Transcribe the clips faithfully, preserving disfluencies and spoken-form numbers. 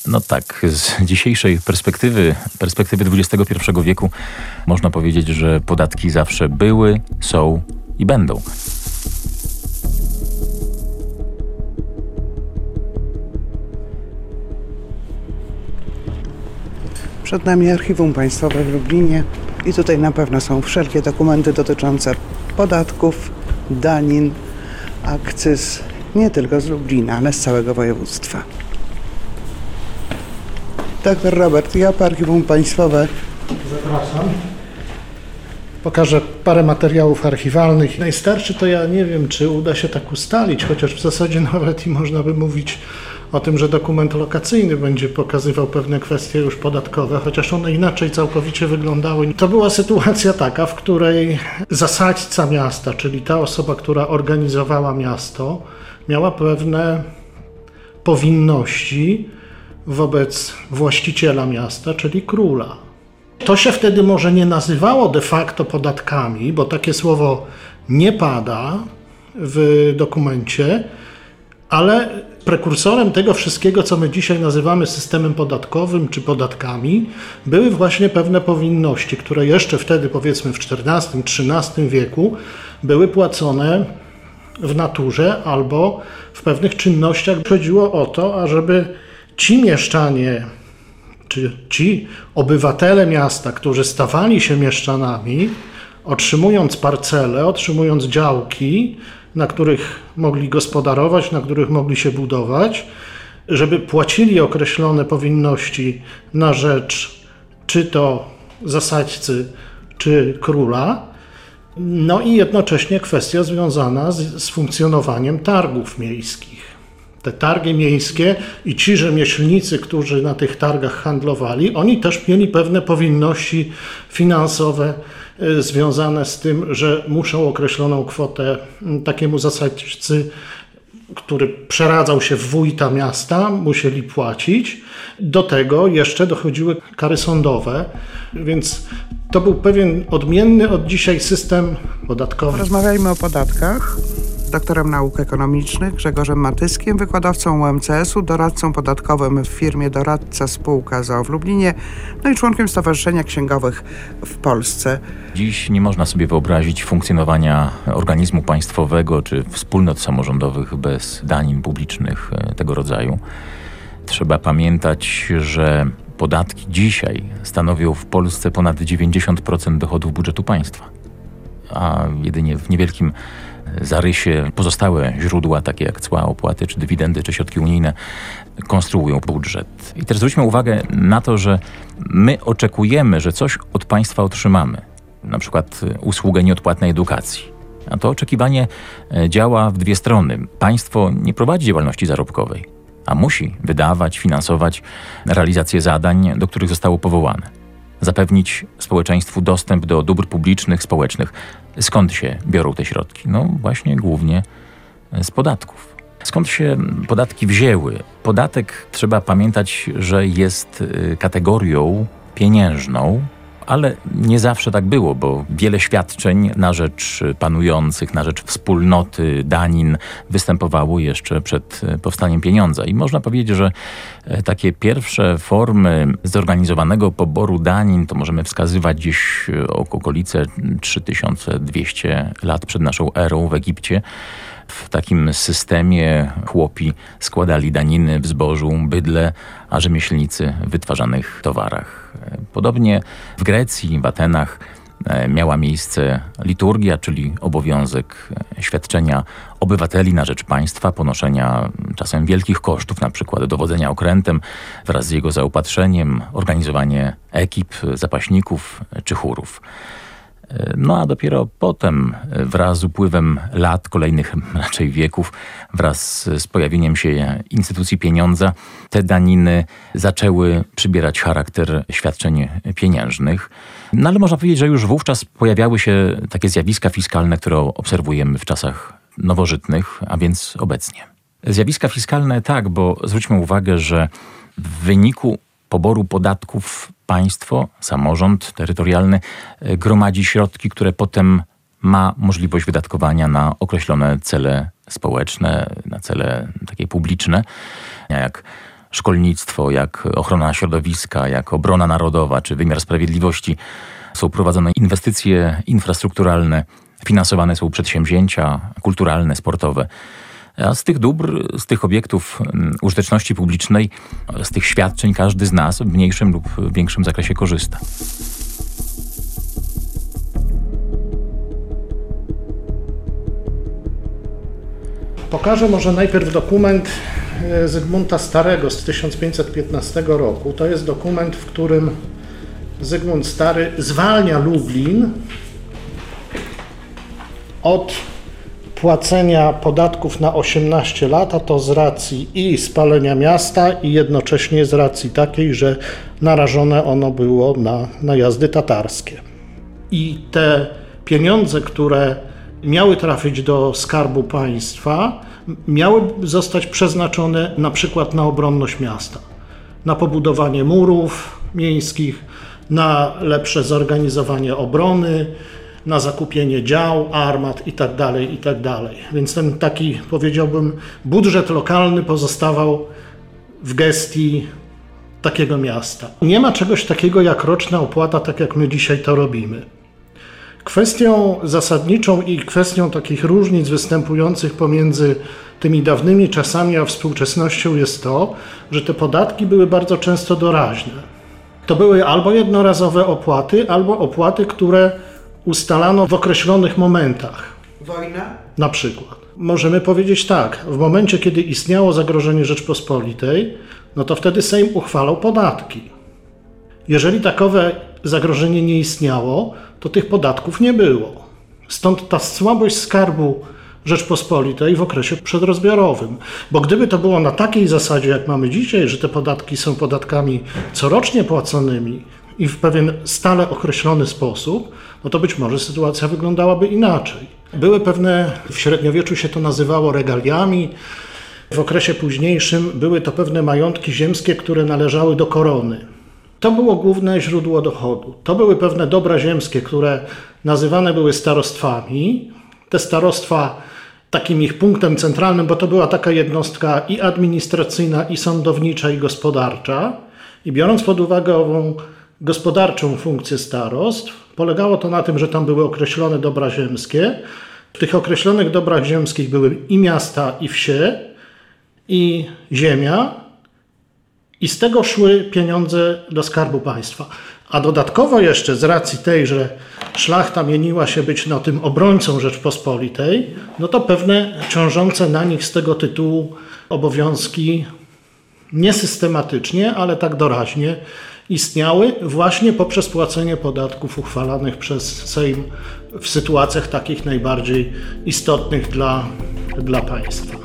No tak, z dzisiejszej perspektywy, perspektywy dwudziestego pierwszego wieku można powiedzieć, że podatki zawsze były, są i będą. Przed nami Archiwum Państwowe w Lublinie i tutaj na pewno są wszelkie dokumenty dotyczące podatków, danin, akcyz, nie tylko z Lublina, ale z całego województwa. Doktor Robert Jopp, Archiwum Państwowe. Zapraszam. Pokażę parę materiałów archiwalnych. Najstarszy to ja nie wiem, czy uda się tak ustalić, chociaż w zasadzie nawet i można by mówić o tym, że dokument lokacyjny będzie pokazywał pewne kwestie już podatkowe, chociaż one inaczej całkowicie wyglądały. To była sytuacja taka, w której zasadźca miasta, czyli ta osoba, która organizowała miasto, miała pewne powinności wobec właściciela miasta, czyli króla. To się wtedy może nie nazywało de facto podatkami, bo takie słowo nie pada w dokumencie, ale prekursorem tego wszystkiego, co my dzisiaj nazywamy systemem podatkowym czy podatkami, były właśnie pewne powinności, które jeszcze wtedy, powiedzmy w czternastym, trzynastym wieku, były płacone w naturze albo w pewnych czynnościach. Chodziło o to, ażeby ci mieszczanie, czy ci obywatele miasta, którzy stawali się mieszczanami, otrzymując parcele, otrzymując działki, na których mogli gospodarować, na których mogli się budować, żeby płacili określone powinności na rzecz czy to zasadźcy, czy króla. No i jednocześnie kwestia związana z, z funkcjonowaniem targów miejskich. Te targi miejskie i ci rzemieślnicy, którzy na tych targach handlowali, oni też mieli pewne powinności finansowe związane z tym, że muszą określoną kwotę takiemu zasadźcy, który przeradzał się w wójta miasta, musieli płacić. Do tego jeszcze dochodziły kary sądowe, więc to był pewien odmienny od dzisiaj system podatkowy. Rozmawiajmy o podatkach. Doktorem nauk ekonomicznych Grzegorzem Matyskiem, wykładowcą U M C S u, doradcą podatkowym w firmie Doradca Spółka z o o w Lublinie, no i członkiem Stowarzyszenia Księgowych w Polsce. Dziś nie można sobie wyobrazić funkcjonowania organizmu państwowego czy wspólnot samorządowych bez danin publicznych tego rodzaju. Trzeba pamiętać, że podatki dzisiaj stanowią w Polsce ponad dziewięćdziesiąt procent dochodów budżetu państwa, a jedynie w niewielkim zarysie pozostałe źródła, takie jak cła, opłaty, czy dywidendy, czy środki unijne, konstruują budżet. I też zwróćmy uwagę na to, że my oczekujemy, że coś od państwa otrzymamy. Na przykład usługę nieodpłatnej edukacji. A to oczekiwanie działa w dwie strony. Państwo nie prowadzi działalności zarobkowej, a musi wydawać, finansować realizację zadań, do których zostało powołane. Zapewnić społeczeństwu dostęp do dóbr publicznych, społecznych. Skąd się biorą te środki? No właśnie głównie z podatków. Skąd się podatki wzięły? Podatek, trzeba pamiętać, że jest kategorią pieniężną, ale nie zawsze tak było, bo wiele świadczeń na rzecz panujących, na rzecz wspólnoty danin występowało jeszcze przed powstaniem pieniądza. I można powiedzieć, że takie pierwsze formy zorganizowanego poboru danin to możemy wskazywać gdzieś o okolice trzy tysiące dwieście lat przed naszą erą w Egipcie. W takim systemie chłopi składali daniny w zbożu, bydle, a rzemieślnicy w wytwarzanych towarach. Podobnie w Grecji, w Atenach miała miejsce liturgia, czyli obowiązek świadczenia obywateli na rzecz państwa, ponoszenia czasem wielkich kosztów, na przykład dowodzenia okrętem wraz z jego zaopatrzeniem, organizowanie ekip, zapaśników czy chórów. No a dopiero potem, wraz z upływem lat, kolejnych raczej wieków, wraz z pojawieniem się instytucji pieniądza, te daniny zaczęły przybierać charakter świadczeń pieniężnych. No ale można powiedzieć, że już wówczas pojawiały się takie zjawiska fiskalne, które obserwujemy w czasach nowożytnych, a więc obecnie. Zjawiska fiskalne tak, bo zwróćmy uwagę, że w wyniku poboru podatków państwo, samorząd terytorialny gromadzi środki, które potem ma możliwość wydatkowania na określone cele społeczne, na cele takie publiczne, jak szkolnictwo, jak ochrona środowiska, jak obrona narodowa czy wymiar sprawiedliwości. Są prowadzone inwestycje infrastrukturalne, finansowane są przedsięwzięcia kulturalne, sportowe. A z tych dóbr, z tych obiektów użyteczności publicznej, z tych świadczeń każdy z nas w mniejszym lub większym zakresie korzysta. Pokażę może najpierw dokument Zygmunta Starego z tysiąc pięćset piętnastego roku. To jest dokument, w którym Zygmunt Stary zwalnia Lublin od płacenia podatków na osiemnaście lat, a to z racji i spalenia miasta, i jednocześnie z racji takiej, że narażone ono było na najazdy tatarskie. I te pieniądze, które miały trafić do Skarbu Państwa, miały zostać przeznaczone na przykład na obronność miasta, na pobudowanie murów miejskich, na lepsze zorganizowanie obrony, na zakupienie dział, armat itd., itd. Więc ten taki, powiedziałbym, budżet lokalny pozostawał w gestii takiego miasta. Nie ma czegoś takiego jak roczna opłata, tak jak my dzisiaj to robimy. Kwestią zasadniczą i kwestią takich różnic występujących pomiędzy tymi dawnymi czasami a współczesnością jest to, że te podatki były bardzo często doraźne. To były albo jednorazowe opłaty, albo opłaty, które ustalano w określonych momentach. Wojna? Na przykład. Możemy powiedzieć tak, w momencie, kiedy istniało zagrożenie Rzeczpospolitej, no to wtedy Sejm uchwalał podatki. Jeżeli takowe zagrożenie nie istniało, to tych podatków nie było. Stąd ta słabość Skarbu Rzeczpospolitej w okresie przedrozbiorowym. Bo gdyby to było na takiej zasadzie, jak mamy dzisiaj, że te podatki są podatkami corocznie płaconymi i w pewien stale określony sposób, no to być może sytuacja wyglądałaby inaczej. Były pewne, w średniowieczu się to nazywało regaliami, w okresie późniejszym były to pewne majątki ziemskie, które należały do korony. To było główne źródło dochodu. To były pewne dobra ziemskie, które nazywane były starostwami. Te starostwa takim ich punktem centralnym, bo to była taka jednostka i administracyjna, i sądownicza, i gospodarcza. I biorąc pod uwagę ową gospodarczą funkcję starostw, polegało to na tym, że tam były określone dobra ziemskie. W tych określonych dobrach ziemskich były i miasta, i wsie, i ziemia. I z tego szły pieniądze do Skarbu Państwa. A dodatkowo jeszcze z racji tej, że szlachta mieniła się być no, tym obrońcą Rzeczpospolitej, no to pewne ciążące na nich z tego tytułu obowiązki niesystematycznie, ale tak doraźnie istniały właśnie poprzez płacenie podatków uchwalanych przez Sejm w sytuacjach takich najbardziej istotnych dla, dla państwa.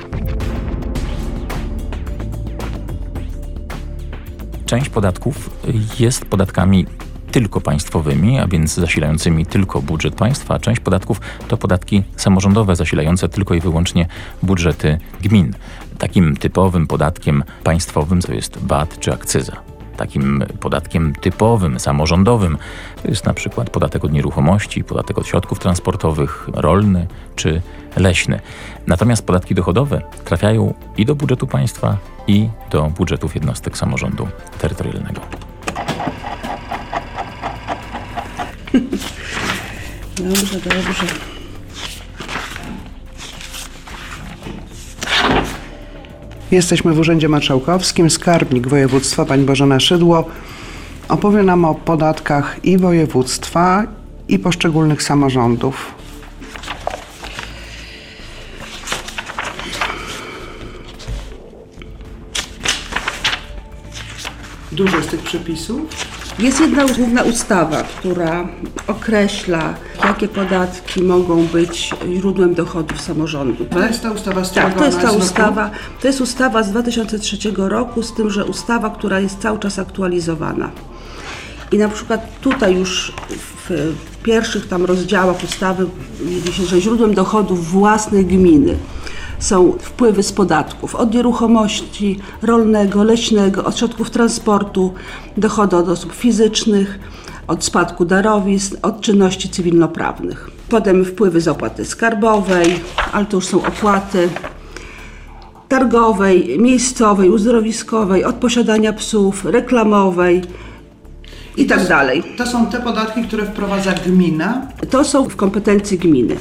Część podatków jest podatkami tylko państwowymi, a więc zasilającymi tylko budżet państwa, a część podatków to podatki samorządowe zasilające tylko i wyłącznie budżety gmin. Takim typowym podatkiem państwowym to jest V A T czy akcyza. Takim podatkiem typowym, samorządowym to jest na przykład podatek od nieruchomości, podatek od środków transportowych, rolny czy leśny. Natomiast podatki dochodowe trafiają i do budżetu państwa, i do budżetów jednostek samorządu terytorialnego. Dobrze, dobrze. Jesteśmy w Urzędzie Marszałkowskim. Skarbnik województwa, pani Bożena Szydło, opowie nam o podatkach i województwa, i poszczególnych samorządów. Dużo jest tych przepisów? Jest jedna główna ustawa, która określa, jakie podatki mogą być źródłem dochodów samorządu. To jest ta ustawa z Tak, to jest ta ustawa. To jest ustawa z dwa tysiące trzeciego roku, z tym, że ustawa, która jest cały czas aktualizowana. I na przykład tutaj już w pierwszych tam rozdziałach ustawy mówi się, że źródłem dochodów własnych gminy są wpływy z podatków od nieruchomości rolnego, leśnego, od środków transportu, dochody od osób fizycznych, od spadku darowizn, od czynności cywilnoprawnych. Potem wpływy z opłaty skarbowej, ale to już są opłaty. targowej, miejscowej, uzdrowiskowej, od posiadania psów, reklamowej i tak dalej. To są te podatki, które wprowadza gmina? To są w kompetencji gminy.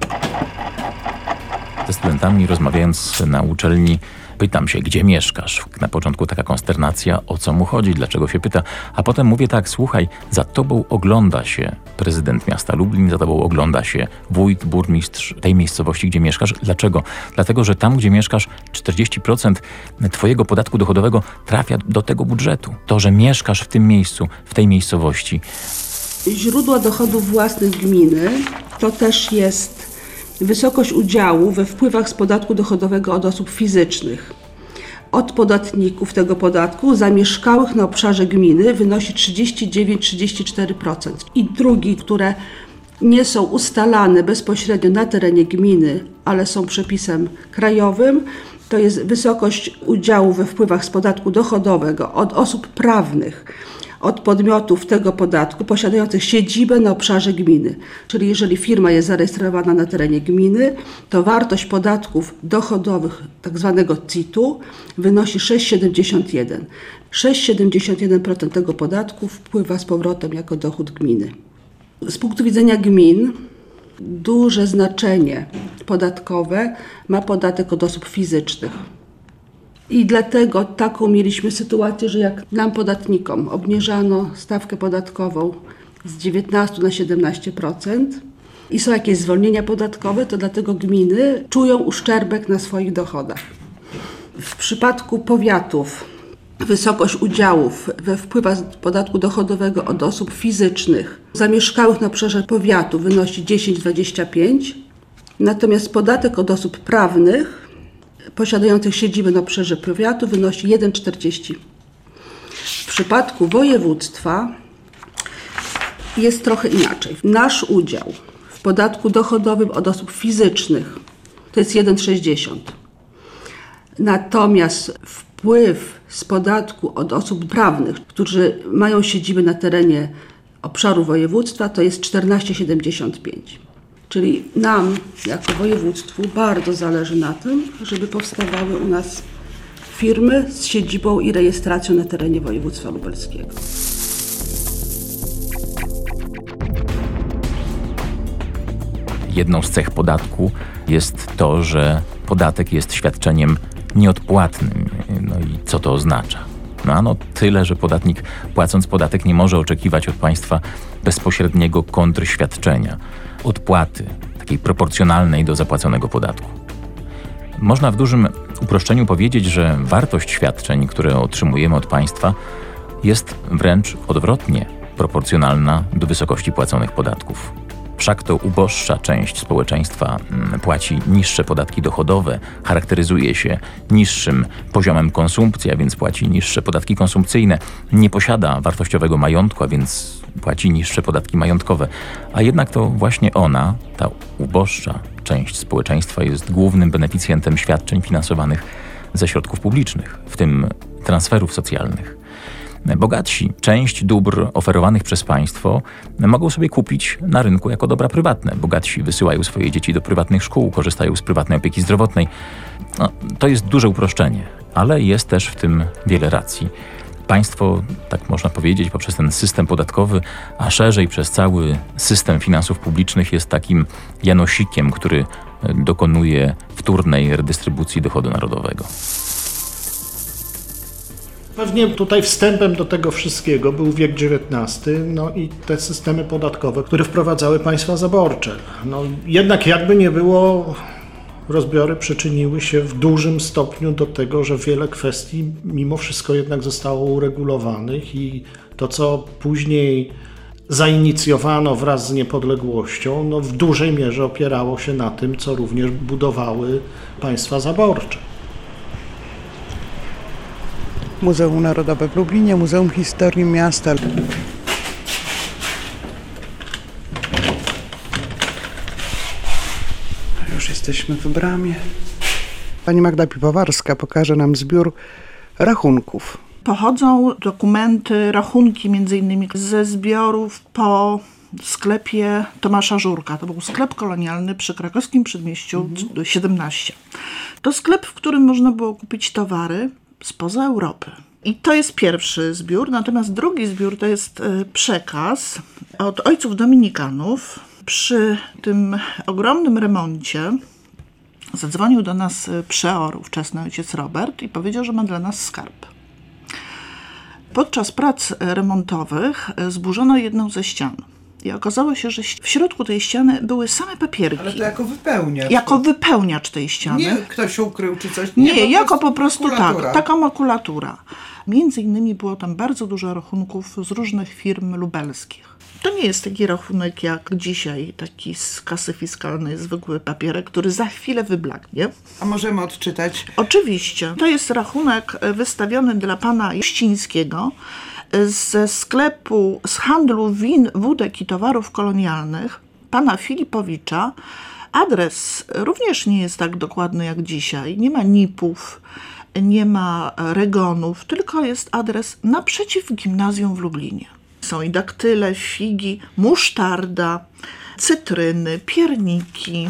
Ze studentami rozmawiając na uczelni pytam się, gdzie mieszkasz? Na początku taka konsternacja, o co mu chodzi, dlaczego się pyta, a potem mówię tak, słuchaj, za tobą ogląda się prezydent miasta Lublin, za tobą ogląda się wójt, burmistrz tej miejscowości, gdzie mieszkasz. Dlaczego? Dlatego, że tam, gdzie mieszkasz, czterdzieści procent twojego podatku dochodowego trafia do tego budżetu. To, że mieszkasz w tym miejscu, w tej miejscowości. Źródła dochodów własnych gminy to też jest wysokość udziału we wpływach z podatku dochodowego od osób fizycznych. Od podatników tego podatku zamieszkałych na obszarze gminy wynosi trzydzieści dziewięć do trzydziestu czterech procent. I drugi, które nie są ustalane bezpośrednio na terenie gminy, ale są przepisem krajowym, to jest wysokość udziału we wpływach z podatku dochodowego od osób prawnych, od podmiotów tego podatku posiadających siedzibę na obszarze gminy. Czyli jeżeli firma jest zarejestrowana na terenie gminy, to wartość podatków dochodowych, tak zwanego C I T-u, wynosi sześć przecinek siedemdziesiąt jeden. sześć przecinek siedemdziesiąt jeden procent tego podatku wpływa z powrotem jako dochód gminy. Z punktu widzenia gmin duże znaczenie podatkowe ma podatek od osób fizycznych. I dlatego taką mieliśmy sytuację, że jak nam podatnikom obniżano stawkę podatkową z dziewiętnaście na siedemnaście procent i są jakieś zwolnienia podatkowe, to dlatego gminy czują uszczerbek na swoich dochodach. W przypadku powiatów wysokość udziałów we wpływach z podatku dochodowego od osób fizycznych zamieszkałych na obszarze powiatu wynosi dziesięć do dwudziestu pięciu, natomiast podatek od osób prawnych posiadających siedzibę na obszarze powiatu wynosi jeden przecinek czterdzieści. W przypadku województwa jest trochę inaczej. Nasz udział w podatku dochodowym od osób fizycznych to jest jeden przecinek sześćdziesiąt. Natomiast wpływ z podatku od osób prawnych, którzy mają siedzibę na terenie obszaru województwa, to jest czternaście przecinek siedemdziesiąt pięć. Czyli nam, jako województwu, bardzo zależy na tym, żeby powstawały u nas firmy z siedzibą i rejestracją na terenie województwa lubelskiego. Jedną z cech podatku jest to, że podatek jest świadczeniem nieodpłatnym. No i co to oznacza? No ano tyle, że podatnik, płacąc podatek, nie może oczekiwać od państwa bezpośredniego kontrświadczenia, odpłaty, takiej proporcjonalnej do zapłaconego podatku. Można w dużym uproszczeniu powiedzieć, że wartość świadczeń, które otrzymujemy od państwa, jest wręcz odwrotnie proporcjonalna do wysokości płaconych podatków. Wszak to uboższa część społeczeństwa płaci niższe podatki dochodowe, charakteryzuje się niższym poziomem konsumpcji, a więc płaci niższe podatki konsumpcyjne, nie posiada wartościowego majątku, a więc płaci niższe podatki majątkowe. A jednak to właśnie ona, ta uboższa część społeczeństwa, jest głównym beneficjentem świadczeń finansowanych ze środków publicznych, w tym transferów socjalnych. Bogatsi część dóbr oferowanych przez państwo mogą sobie kupić na rynku jako dobra prywatne. Bogatsi wysyłają swoje dzieci do prywatnych szkół, korzystają z prywatnej opieki zdrowotnej. No, to jest duże uproszczenie, ale jest też w tym wiele racji. Państwo, tak można powiedzieć, poprzez ten system podatkowy, a szerzej przez cały system finansów publicznych jest takim janosikiem, który dokonuje wtórnej redystrybucji dochodu narodowego. Pewnie tutaj wstępem do tego wszystkiego był wiek dziewiętnasty, no i te systemy podatkowe, które wprowadzały państwa zaborcze. No, jednak jakby nie było, rozbiory przyczyniły się w dużym stopniu do tego, że wiele kwestii mimo wszystko jednak zostało uregulowanych i to, co później zainicjowano wraz z niepodległością, no w dużej mierze opierało się na tym, co również budowały państwa zaborcze. Muzeum Narodowe w Lublinie, Muzeum Historii Miasta. Już jesteśmy w bramie. Pani Magda Piwowarska pokaże nam zbiór rachunków. Pochodzą dokumenty, rachunki między innymi ze zbiorów po sklepie Tomasza Żurka. To był sklep kolonialny przy krakowskim Przedmieściu mhm. siedemnaście. To sklep, w którym można było kupić towary spoza Europy. I to jest pierwszy zbiór, natomiast drugi zbiór to jest przekaz od ojców dominikanów. Przy tym ogromnym remoncie zadzwonił do nas przeor, ówczesny ojciec Robert, i powiedział, że ma dla nas skarb. Podczas prac remontowych zburzono jedną ze ścian. I okazało się, że w środku tej ściany były same papierki. Ale to jako wypełniacz. Jako wypełniacz tej ściany. Nie ktoś ukrył czy coś. Nie, nie po jako prostu po prostu makulatura. tak, taka makulatura. Między innymi było tam bardzo dużo rachunków z różnych firm lubelskich. To nie jest taki rachunek jak dzisiaj, taki z kasy fiskalnej, zwykły papierek, który za chwilę wyblaknie. A możemy odczytać? Oczywiście. To jest rachunek wystawiony dla pana Juścińskiego ze sklepu, z handlu win, wódek i towarów kolonialnych, pana Filipowicza. Adres również nie jest tak dokładny jak dzisiaj. Nie ma nipów, nie ma regonów, tylko jest adres naprzeciw gimnazjum w Lublinie. Są i daktyle, figi, musztarda, cytryny, pierniki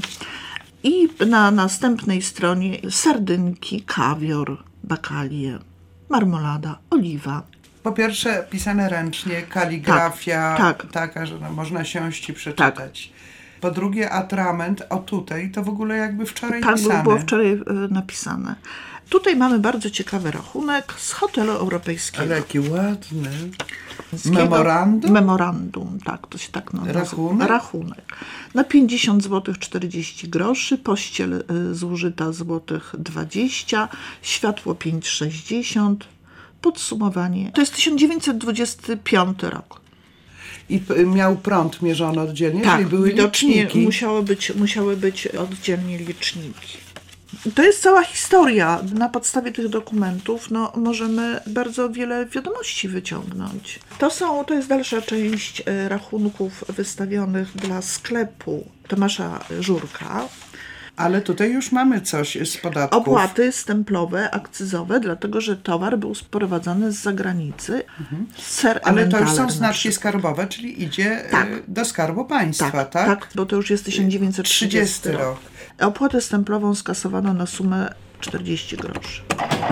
i na następnej stronie sardynki, kawior, bakalie, marmolada, oliwa. Po pierwsze pisane ręcznie, kaligrafia tak, tak. taka, że no, można siąść i przeczytać. Tak. Po drugie atrament, o tutaj, to w ogóle jakby wczoraj tak, pisane. Tak, było wczoraj y, napisane. Tutaj mamy bardzo ciekawy rachunek z hotelu europejskiego. Ale jaki ładny. Memorandum? Memorandum, tak, to się tak nazywa. Rachunek? Rachunek. Na pięćdziesiąt złotych czterdzieści groszy, pościel y, zużyta złotych dwadzieścia, światło pięć sześćdziesiąt, podsumowanie. To jest tysiąc dziewięćset dwudziesty piąty rok. I p- miał prąd mierzony oddzielnie, tak, czyli były liczniki. Musiały być, musiały być oddzielnie liczniki. To jest cała historia. Na podstawie tych dokumentów no, możemy bardzo wiele wiadomości wyciągnąć. To, są, to jest dalsza część rachunków wystawionych dla sklepu Tomasza Żurka. Ale tutaj już mamy coś z podatków. Opłaty stemplowe, akcyzowe, dlatego że towar był sprowadzany z zagranicy. Mhm. Ser Ale to już są znaczki skarbowe, czyli idzie tak. do Skarbu Państwa, tak, tak? Tak, bo to już jest tysiąc dziewięćset trzydziesty rok. Opłatę stemplową skasowano na sumę czterdzieści groszy.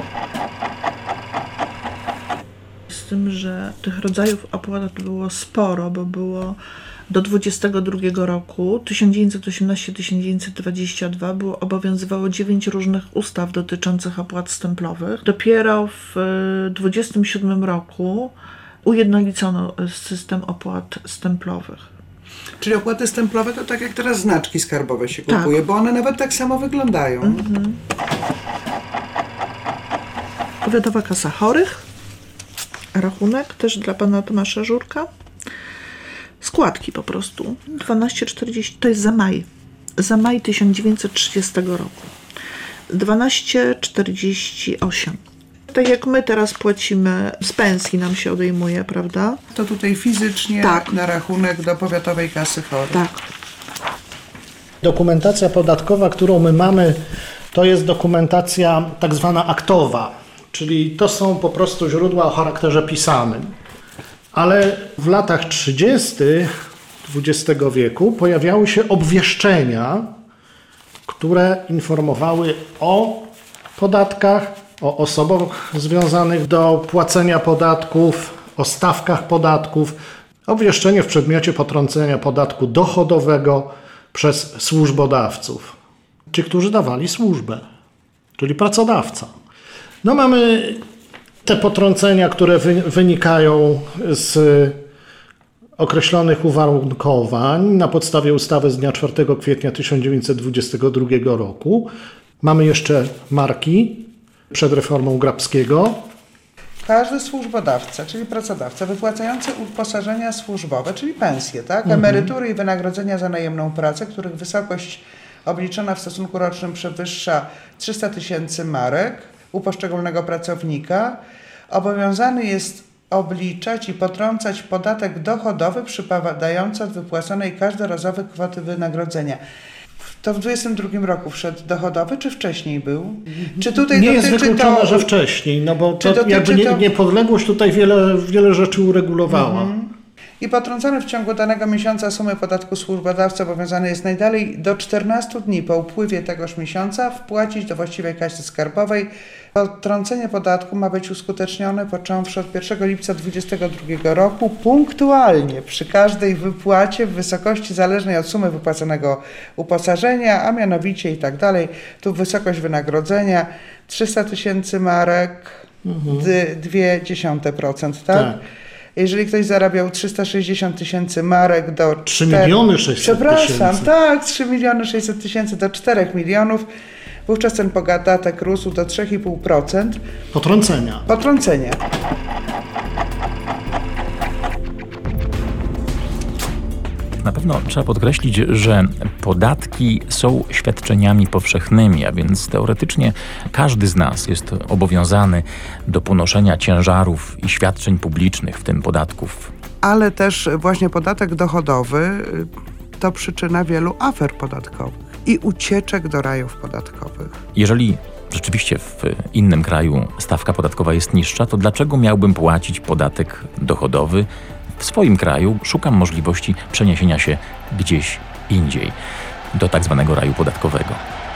Z tym, że tych rodzajów opłat było sporo, bo było do dwudziestego drugiego roku, tysiąc dziewięćset osiemnasty do tysiąc dziewięćset dwudziestego drugiego, było, obowiązywało dziewięć różnych ustaw dotyczących opłat stemplowych. Dopiero w dwudziestym siódmym roku ujednolicono system opłat stemplowych. Czyli opłaty stemplowe to tak jak teraz znaczki skarbowe się kupuje, tak. Bo one nawet tak samo wyglądają. Mhm. Powiatowa Kasa Chorych. Rachunek też dla pana Tomasza Żurka. Składki po prostu. dwanaście czterdzieści, to jest za maj. Za maj tysiąc dziewięćset trzydziestego roku. dwanaście czterdzieści osiem. Tak jak my teraz płacimy, z pensji nam się odejmuje, prawda? To tutaj fizycznie tak. Na rachunek do Powiatowej Kasy Chorych. Tak. Dokumentacja podatkowa, którą my mamy, to jest dokumentacja tak zwana aktowa, czyli to są po prostu źródła o charakterze pisanym. Ale w latach trzydziestych dwudziestego wieku pojawiały się obwieszczenia, które informowały o podatkach, o osobach związanych do płacenia podatków, o stawkach podatków. Obwieszczenie w przedmiocie potrącenia podatku dochodowego przez służbodawców, ci, którzy dawali służbę, czyli pracodawca. No mamy te potrącenia, które wy, wynikają z określonych uwarunkowań na podstawie ustawy z dnia czwartego kwietnia tysiąc dziewięćset dwudziestego drugiego roku. Mamy jeszcze marki przed reformą Grabskiego. Każdy służbodawca, czyli pracodawca, wypłacający uposażenia służbowe, czyli pensje, tak? Emerytury i wynagrodzenia za najemną pracę, których wysokość obliczona w stosunku rocznym przewyższa trzysta tysięcy marek u poszczególnego pracownika, obowiązany jest obliczać i potrącać podatek dochodowy przypadający od wypłaconej każdorazowej kwoty wynagrodzenia. To w dwudziestym drugim roku wszedł dochodowy, czy wcześniej był? Czy tutaj nie jest wykluczone, to, że wcześniej, no bo to to jakby nie, niepodległość tutaj wiele, wiele rzeczy uregulowała. Mhm. i potrącony w ciągu danego miesiąca sumy podatku służbodawca obowiązany jest najdalej do czternastu dni po upływie tegoż miesiąca wpłacić do właściwej kasy skarbowej. Potrącenie podatku ma być uskutecznione począwszy od pierwszego lipca dwudziestego drugiego roku punktualnie przy każdej wypłacie w wysokości zależnej od sumy wypłaconego uposażenia, a mianowicie i tak dalej. Tu wysokość wynagrodzenia trzysta tysięcy marek, mhm. dwie dziesiąte procent, tak? tak? Jeżeli ktoś zarabiał trzysta sześćdziesiąt tysięcy marek do trzy miliony sześćset tysięcy. Przepraszam, tak, trzy miliony sześćset tysięcy do czterech milionów. Wówczas ten podatek rósł do trzy i pół procent. Potrącenia. Potrącenia. Na pewno trzeba podkreślić, że podatki są świadczeniami powszechnymi, a więc teoretycznie każdy z nas jest obowiązany do ponoszenia ciężarów i świadczeń publicznych, w tym podatków. Ale też właśnie podatek dochodowy to przyczyna wielu afer podatkowych i ucieczek do rajów podatkowych. Jeżeli rzeczywiście w innym kraju stawka podatkowa jest niższa, to dlaczego miałbym płacić podatek dochodowy w swoim kraju? Szukam możliwości przeniesienia się gdzieś indziej, do tak zwanego raju podatkowego.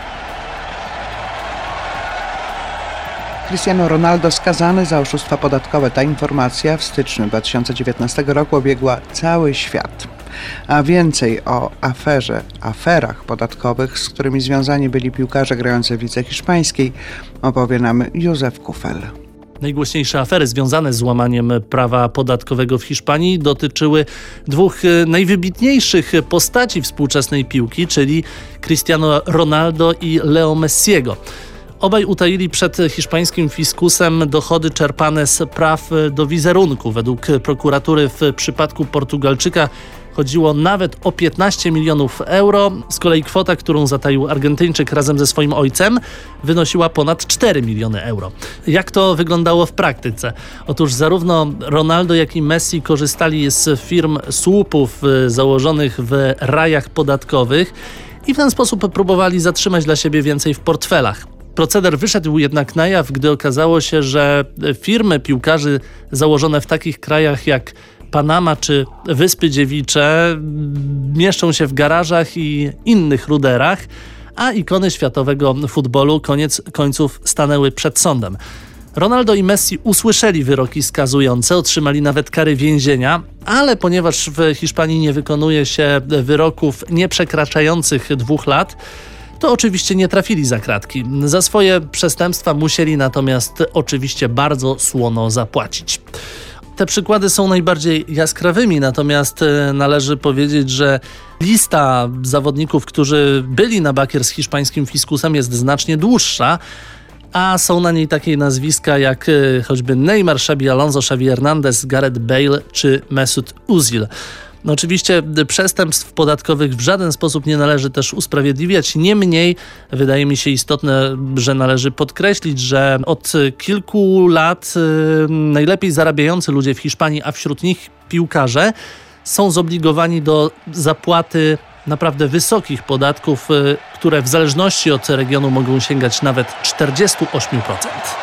Cristiano Ronaldo skazany za oszustwa podatkowe. Ta informacja w styczniu dwa tysiące dziewiętnastego roku obiegła cały świat. A więcej o aferze, aferach podatkowych, z którymi związani byli piłkarze grający w lidze hiszpańskiej, opowie nam Józef Kufel. Najgłośniejsze afery związane z łamaniem prawa podatkowego w Hiszpanii dotyczyły dwóch najwybitniejszych postaci współczesnej piłki, czyli Cristiano Ronaldo i Leo Messiego. Obaj utaili przed hiszpańskim fiskusem dochody czerpane z praw do wizerunku. Według prokuratury w przypadku Portugalczyka chodziło nawet o piętnaście milionów euro. Z kolei kwota, którą zataił Argentyńczyk razem ze swoim ojcem, wynosiła ponad cztery miliony euro. Jak to wyglądało w praktyce? Otóż zarówno Ronaldo, jak i Messi korzystali z firm słupów założonych w rajach podatkowych i w ten sposób próbowali zatrzymać dla siebie więcej w portfelach. Proceder wyszedł jednak na jaw, gdy okazało się, że firmy piłkarzy założone w takich krajach jak Panama czy Wyspy Dziewicze mieszczą się w garażach i innych ruderach, a ikony światowego futbolu koniec końców stanęły przed sądem. Ronaldo i Messi usłyszeli wyroki skazujące, otrzymali nawet kary więzienia, ale ponieważ w Hiszpanii nie wykonuje się wyroków nieprzekraczających dwóch lat, to oczywiście nie trafili za kratki. Za swoje przestępstwa musieli natomiast oczywiście bardzo słono zapłacić. Te przykłady są najbardziej jaskrawymi, natomiast należy powiedzieć, że lista zawodników, którzy byli na bakier z hiszpańskim fiskusem, jest znacznie dłuższa, a są na niej takie nazwiska jak choćby Neymar, Xabi Alonso, Xavi Hernandez, Gareth Bale czy Mesut Özil. No oczywiście przestępstw podatkowych w żaden sposób nie należy też usprawiedliwiać. Niemniej wydaje mi się istotne, że należy podkreślić, że od kilku lat najlepiej zarabiający ludzie w Hiszpanii, a wśród nich piłkarze, są zobligowani do zapłaty naprawdę wysokich podatków, które w zależności od regionu mogą sięgać nawet czterdzieści osiem procent.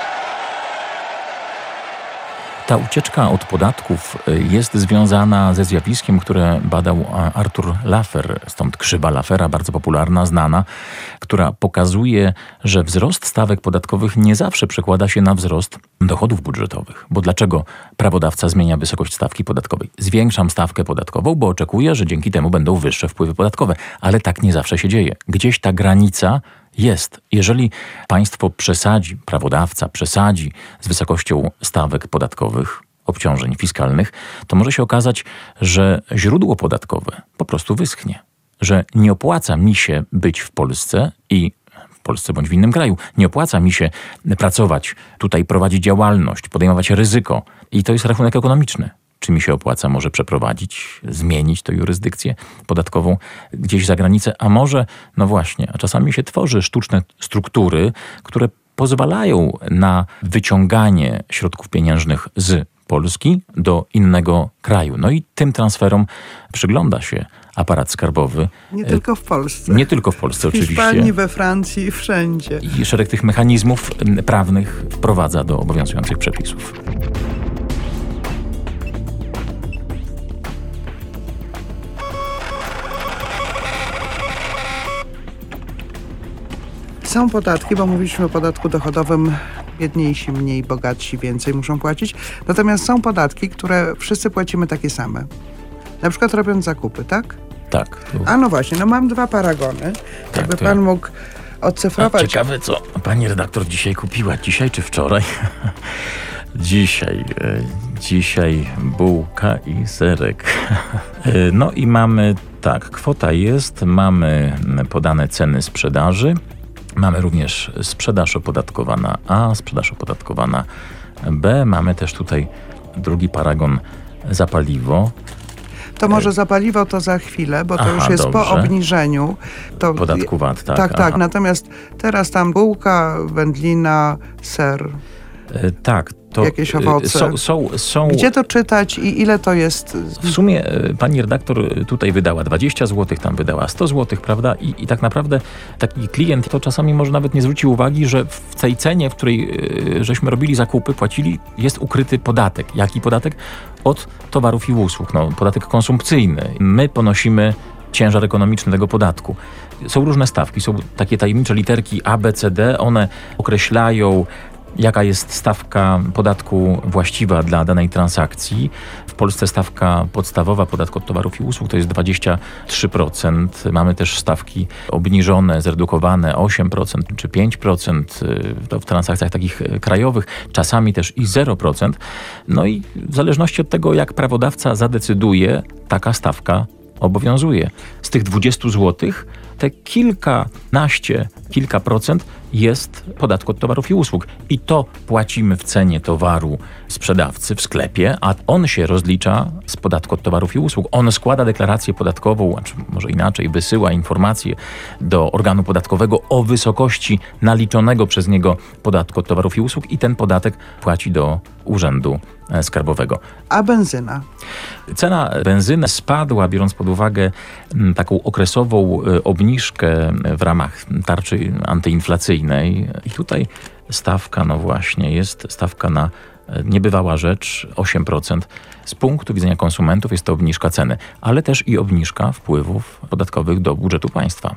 Ta ucieczka od podatków jest związana ze zjawiskiem, które badał Arthur Laffer, stąd krzywa Laffera, bardzo popularna, znana, która pokazuje, że wzrost stawek podatkowych nie zawsze przekłada się na wzrost dochodów budżetowych. Bo dlaczego prawodawca zmienia wysokość stawki podatkowej? Zwiększam stawkę podatkową, bo oczekuję, że dzięki temu będą wyższe wpływy podatkowe. Ale tak nie zawsze się dzieje. Gdzieś ta granica jest. Jeżeli państwo przesadzi, prawodawca przesadzi z wysokością stawek podatkowych, obciążeń fiskalnych, to może się okazać, że źródło podatkowe po prostu wyschnie. Że nie opłaca mi się być w Polsce i w Polsce bądź w innym kraju. Nie opłaca mi się pracować, tutaj prowadzić działalność, podejmować ryzyko. I to jest rachunek ekonomiczny. Czy mi się opłaca może przeprowadzić, zmienić tę jurysdykcję podatkową gdzieś za granicę, a może, no właśnie, a czasami się tworzy sztuczne struktury, które pozwalają na wyciąganie środków pieniężnych z Polski do innego kraju. No i tym transferom przygląda się aparat skarbowy. Nie tylko w Polsce. Nie tylko w Polsce, w oczywiście. W Hiszpanii, we Francji, wszędzie. I szereg tych mechanizmów prawnych wprowadza do obowiązujących przepisów. Są podatki, bo mówiliśmy o podatku dochodowym, biedniejsi, mniej, bogatsi, więcej muszą płacić. Natomiast są podatki, które wszyscy płacimy takie same. Na przykład robiąc zakupy, tak? Tak. Tu... A no właśnie, no mam dwa paragony. Tak, Jakby to pan ja... mógł odcyfrować. A ciekawe, co pani redaktor dzisiaj kupiła. Dzisiaj czy wczoraj? Dzisiaj. E, dzisiaj bułka i serek. E, no i mamy, tak, kwota jest, mamy podane ceny sprzedaży. Mamy również sprzedaż opodatkowana A, sprzedaż opodatkowana B. Mamy też tutaj drugi paragon za paliwo. To może za paliwo to za chwilę, bo to Aha, już jest dobrze. po obniżeniu. To Podatku V A T, tak. Tak, tak. Aha. Natomiast teraz tam bułka, wędlina, ser, E, tak. To, jakieś e, owoce. Są, są, są... Gdzie to czytać i ile to jest? W sumie e, pani redaktor tutaj wydała dwadzieścia złotych, tam wydała sto złotych, prawda? I, I tak naprawdę taki klient to czasami może nawet nie zwróci uwagi, że w tej cenie, w której e, żeśmy robili zakupy, płacili, jest ukryty podatek. Jaki podatek? Od towarów i usług. No, podatek konsumpcyjny. My ponosimy ciężar ekonomiczny tego podatku. Są różne stawki, są takie tajemnicze literki A, B, C, D. One określają, jaka jest stawka podatku właściwa dla danej transakcji. W Polsce stawka podstawowa podatku od towarów i usług to jest dwadzieścia trzy procent. Mamy też stawki obniżone, zredukowane osiem procent czy pięć procent to w transakcjach takich krajowych, czasami też i zero procent. No i w zależności od tego, jak prawodawca zadecyduje, taka stawka obowiązuje. Z tych dwudziestu złotych te kilkanaście, kilka procent jest podatku od towarów i usług. I to płacimy w cenie towaru sprzedawcy w sklepie, a on się rozlicza z podatku od towarów i usług. On składa deklarację podatkową, czy może inaczej, wysyła informację do organu podatkowego o wysokości naliczonego przez niego podatku od towarów i usług i ten podatek płaci do Urzędu Skarbowego. A benzyna? Cena benzyny spadła, biorąc pod uwagę m, taką okresową y, obniżkę w ramach tarczy antyinflacyjnej. I tutaj stawka, no właśnie, jest stawka na y, niebywała rzecz, osiem procent. Z punktu widzenia konsumentów jest to obniżka ceny, ale też i obniżka wpływów podatkowych do budżetu państwa.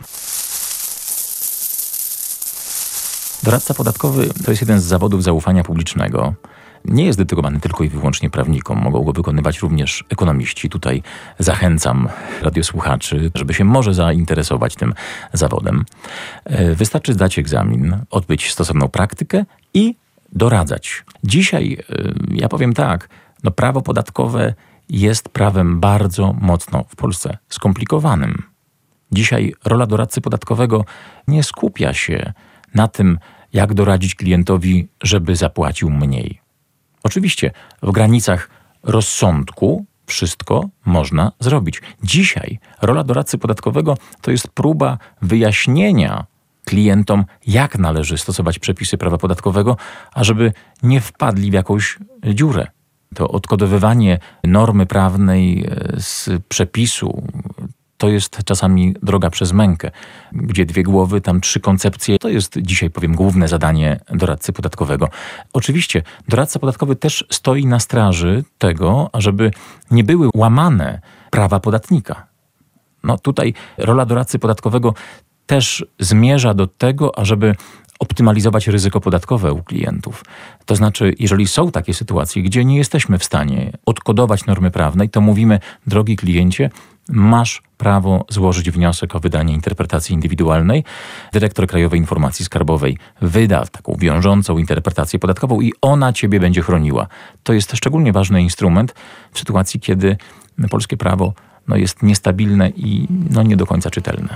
Doradca podatkowy to jest jeden z zawodów zaufania publicznego. Nie jest dedykowany tylko i wyłącznie prawnikom. Mogą go wykonywać również ekonomiści. Tutaj zachęcam radiosłuchaczy, żeby się może zainteresować tym zawodem. Wystarczy zdać egzamin, odbyć stosowną praktykę i doradzać. Dzisiaj, ja powiem tak, no prawo podatkowe jest prawem bardzo mocno w Polsce skomplikowanym. Dzisiaj rola doradcy podatkowego nie skupia się na tym, jak doradzić klientowi, żeby zapłacił mniej. Oczywiście w granicach rozsądku wszystko można zrobić. Dzisiaj rola doradcy podatkowego to jest próba wyjaśnienia klientom, jak należy stosować przepisy prawa podatkowego, ażeby nie wpadli w jakąś dziurę. To odkodowywanie normy prawnej z przepisu to jest czasami droga przez mękę. Gdzie dwie głowy, tam trzy koncepcje. To jest dzisiaj, powiem, główne zadanie doradcy podatkowego. Oczywiście doradca podatkowy też stoi na straży tego, ażeby nie były łamane prawa podatnika. No tutaj rola doradcy podatkowego też zmierza do tego, ażeby optymalizować ryzyko podatkowe u klientów. To znaczy, jeżeli są takie sytuacje, gdzie nie jesteśmy w stanie odkodować normy prawnej, to mówimy, drogi kliencie, masz prawo złożyć wniosek o wydanie interpretacji indywidualnej. Dyrektor Krajowej Informacji Skarbowej wyda taką wiążącą interpretację podatkową i ona ciebie będzie chroniła. To jest szczególnie ważny instrument w sytuacji, kiedy polskie prawo no, jest niestabilne i no, nie do końca czytelne.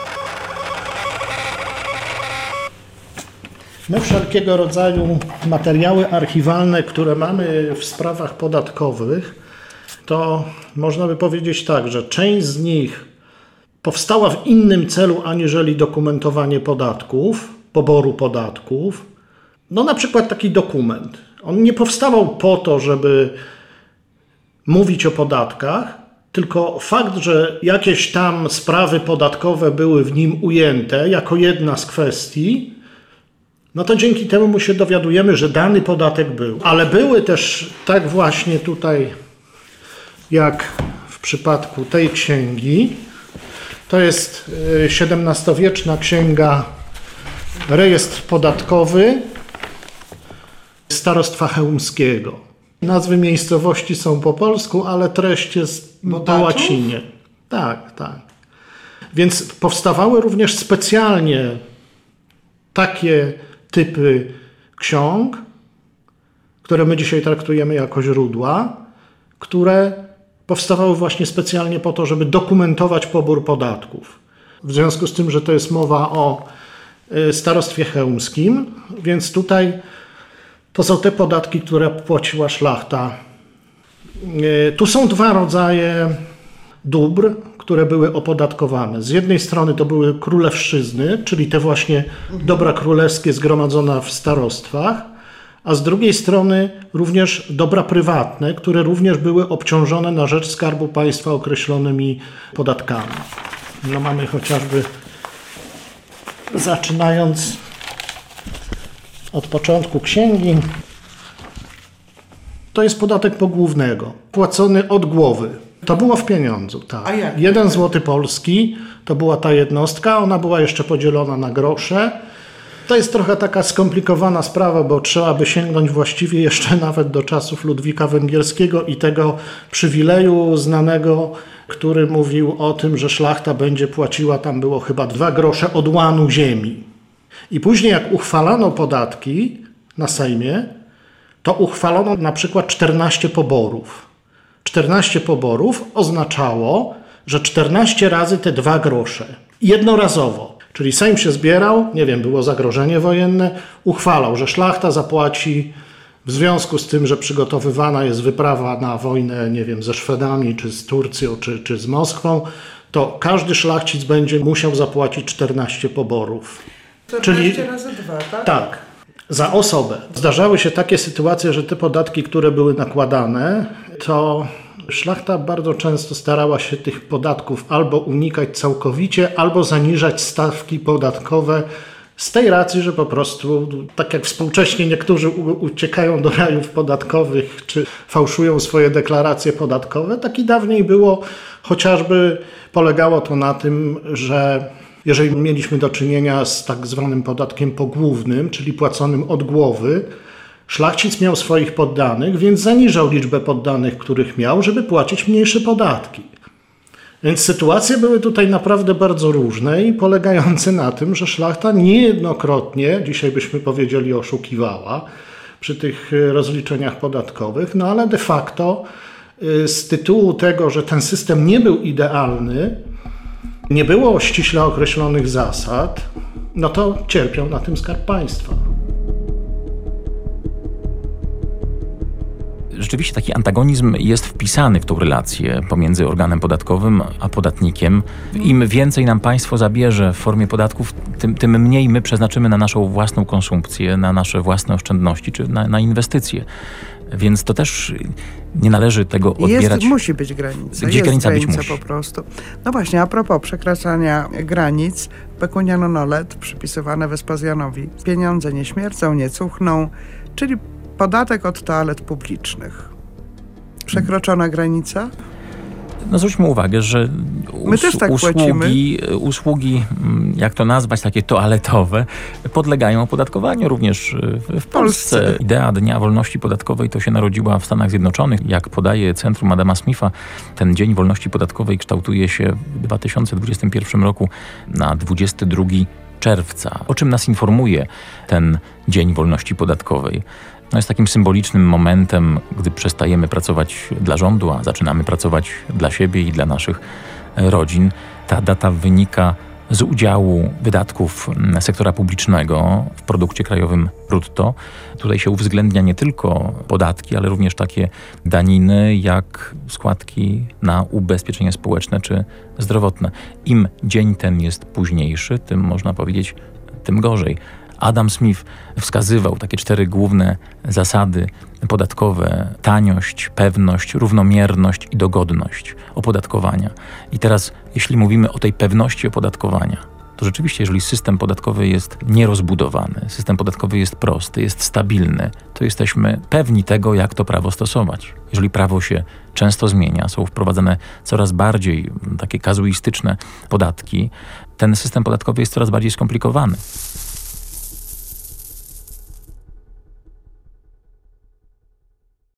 My wszelkiego rodzaju materiały archiwalne, które mamy w sprawach podatkowych, to można by powiedzieć tak, że część z nich powstała w innym celu aniżeli dokumentowanie podatków, poboru podatków. No na przykład taki dokument. On nie powstawał po to, żeby mówić o podatkach, tylko fakt, że jakieś tam sprawy podatkowe były w nim ujęte jako jedna z kwestii, no to dzięki temu my się dowiadujemy, że dany podatek był. Ale były też tak właśnie tutaj, jak w przypadku tej księgi. To jest siedemnastowieczna księga Rejestr podatkowy Starostwa Chełmskiego. Nazwy miejscowości są po polsku, ale treść jest po łacinie. Tak, tak. Więc powstawały również specjalnie takie typy ksiąg, które my dzisiaj traktujemy jako źródła, które powstawały właśnie specjalnie po to, żeby dokumentować pobór podatków. W związku z tym, że to jest mowa o Starostwie Chełmskim, więc tutaj to są te podatki, które płaciła szlachta. Tu są dwa rodzaje dóbr, które były opodatkowane. Z jednej strony to były królewszczyzny, czyli te właśnie dobra królewskie zgromadzone w starostwach, a z drugiej strony również dobra prywatne, które również były obciążone na rzecz Skarbu Państwa określonymi podatkami. No mamy chociażby, zaczynając od początku księgi, to jest podatek pogłównego, płacony od głowy. To było w pieniądzu, tak. A jak? Jeden złoty polski to była ta jednostka, ona była jeszcze podzielona na grosze. To jest trochę taka skomplikowana sprawa, bo trzeba by sięgnąć właściwie jeszcze nawet do czasów Ludwika Węgierskiego i tego przywileju znanego, który mówił o tym, że szlachta będzie płaciła, tam było chyba dwa grosze od łanu ziemi. I później jak uchwalano podatki na Sejmie, to uchwalono na przykład czternaście poborów. czternaście poborów oznaczało, że czternaście razy te dwa grosze. Jednorazowo. Czyli Sejm się zbierał, nie wiem, było zagrożenie wojenne, uchwalał, że szlachta zapłaci w związku z tym, że przygotowywana jest wyprawa na wojnę, nie wiem, ze Szwedami, czy z Turcją, czy, czy z Moskwą, to każdy szlachcic będzie musiał zapłacić czternaście poborów. czternaście razy dwa, tak? Tak, za osobę. Zdarzały się takie sytuacje, że te podatki, które były nakładane, to szlachta bardzo często starała się tych podatków albo unikać całkowicie, albo zaniżać stawki podatkowe z tej racji, że po prostu, tak jak współcześnie niektórzy uciekają do rajów podatkowych, czy fałszują swoje deklaracje podatkowe, tak i dawniej było, chociażby polegało to na tym, że jeżeli mieliśmy do czynienia z tak zwanym podatkiem pogłównym, czyli płaconym od głowy, szlachcic miał swoich poddanych, więc zaniżał liczbę poddanych, których miał, żeby płacić mniejsze podatki. Więc sytuacje były tutaj naprawdę bardzo różne i polegające na tym, że szlachta niejednokrotnie, dzisiaj byśmy powiedzieli oszukiwała przy tych rozliczeniach podatkowych, no ale de facto z tytułu tego, że ten system nie był idealny, nie było ściśle określonych zasad, no to cierpiał na tym Skarb Państwa. Rzeczywiście taki antagonizm jest wpisany w tą relację pomiędzy organem podatkowym a podatnikiem. Im więcej nam państwo zabierze w formie podatków, tym, tym mniej my przeznaczymy na naszą własną konsumpcję, na nasze własne oszczędności czy na, na inwestycje. Więc to też nie należy tego odbierać. Jest, musi być granica. Gdzie jest granica, granica być musi. po prostu. No właśnie, a propos przekraczania granic, pecunia non olet przypisywane Wespazjanowi. Pieniądze nie śmiercą, nie cuchną, czyli podatek od toalet publicznych. Przekroczona granica? No zwróćmy uwagę, że us- My też tak usługi, usługi, jak to nazwać, takie toaletowe, podlegają opodatkowaniu również w, w Polsce. Polsce. Idea Dnia Wolności Podatkowej to się narodziła w Stanach Zjednoczonych. Jak podaje Centrum Adama Smitha, ten Dzień Wolności Podatkowej kształtuje się w dwa tysiące dwudziestym pierwszym roku na dwudziestego drugiego czerwca. O czym nas informuje ten Dzień Wolności Podatkowej? No jest takim symbolicznym momentem, gdy przestajemy pracować dla rządu, a zaczynamy pracować dla siebie i dla naszych rodzin. Ta data wynika z udziału wydatków sektora publicznego w produkcie krajowym brutto. Tutaj się uwzględnia nie tylko podatki, ale również takie daniny jak składki na ubezpieczenie społeczne czy zdrowotne. Im dzień ten jest późniejszy, tym można powiedzieć, tym gorzej. Adam Smith wskazywał takie cztery główne zasady podatkowe: taniość, pewność, równomierność i dogodność opodatkowania. I teraz, jeśli mówimy o tej pewności opodatkowania, to rzeczywiście, jeżeli system podatkowy jest nierozbudowany, system podatkowy jest prosty, jest stabilny, to jesteśmy pewni tego, jak to prawo stosować. Jeżeli prawo się często zmienia, są wprowadzane coraz bardziej takie kazuistyczne podatki, ten system podatkowy jest coraz bardziej skomplikowany.